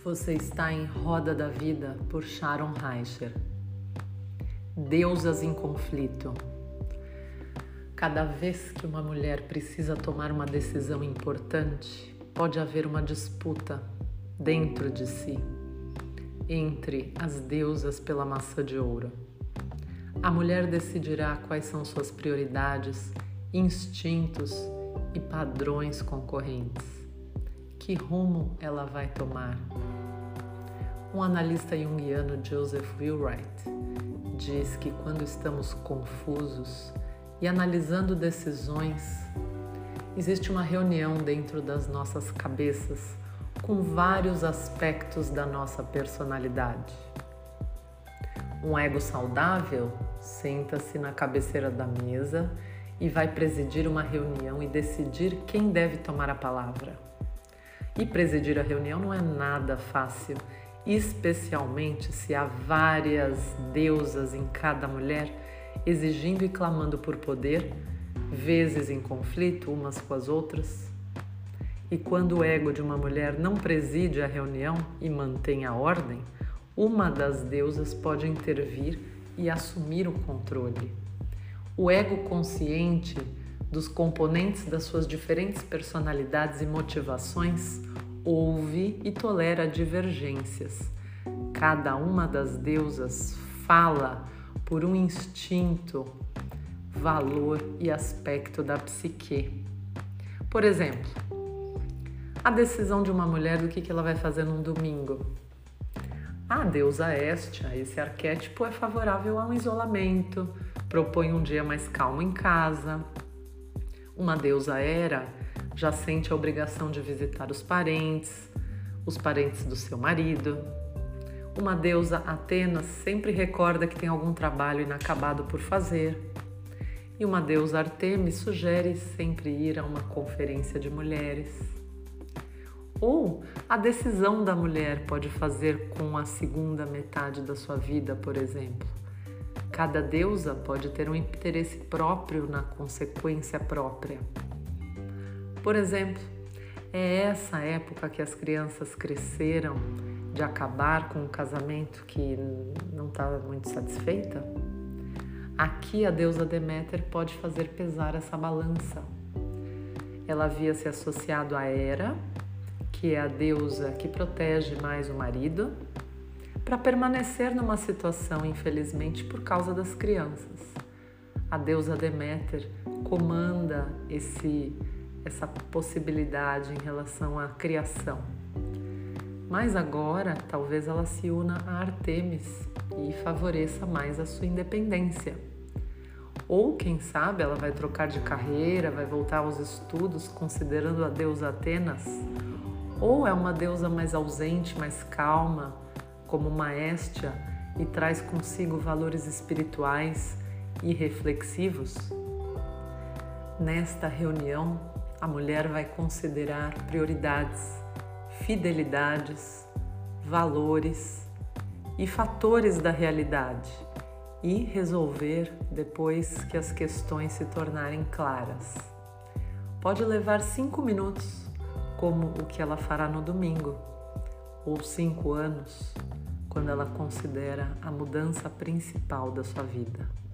Você está em Roda da Vida por Sharon Reicher. Deusas em conflito. Cada vez que uma mulher precisa tomar uma decisão importante, pode haver uma disputa dentro de si, entre as deusas pela maçã de ouro. A mulher decidirá quais são suas prioridades, instintos e padrões concorrentes. Que rumo ela vai tomar? Um analista junguiano, Joseph Wilwright, diz que quando estamos confusos e analisando decisões, existe uma reunião dentro das nossas cabeças com vários aspectos da nossa personalidade. Um ego saudável senta-se na cabeceira da mesa e vai presidir uma reunião e decidir quem deve tomar a palavra. E presidir a reunião não é nada fácil, especialmente se há várias deusas em cada mulher exigindo e clamando por poder, vezes em conflito umas com as outras. E quando o ego de uma mulher não preside a reunião e mantém a ordem, uma das deusas pode intervir e assumir o controle. O ego consciente dos componentes das suas diferentes personalidades e motivações ouve e tolera divergências. Cada uma das deusas fala por um instinto, valor e aspecto da psique. Por exemplo, a decisão de uma mulher do que ela vai fazer num domingo. A deusa Hestia, esse arquétipo é favorável ao isolamento, propõe um dia mais calmo em casa. Uma deusa Hera já sente a obrigação de visitar os parentes do seu marido. Uma deusa Atena sempre recorda que tem algum trabalho inacabado por fazer. E uma deusa Artemis sugere sempre ir a uma conferência de mulheres. Ou a decisão da mulher pode fazer com a segunda metade da sua vida, por exemplo. Cada deusa pode ter um interesse próprio na consequência própria. Por exemplo, é essa época que as crianças cresceram de acabar com um casamento que não estava muito satisfeita? Aqui a deusa Deméter pode fazer pesar essa balança. Ela havia se associado a Hera, que é a deusa que protege mais o marido, para permanecer numa situação, infelizmente, por causa das crianças. A deusa Deméter comanda essa possibilidade em relação à criação. Mas agora, talvez ela se una a Artemis e favoreça mais a sua independência. Ou, quem sabe, ela vai trocar de carreira, vai voltar aos estudos, considerando a deusa Atenas. Ou é uma deusa mais ausente, mais calma, como uma Hestia, e traz consigo valores espirituais e reflexivos? Nesta reunião, a mulher vai considerar prioridades, fidelidades, valores e fatores da realidade e resolver depois que as questões se tornarem claras. Pode levar 5 minutos, como o que ela fará no domingo, ou 5 anos, quando ela considera a mudança principal da sua vida.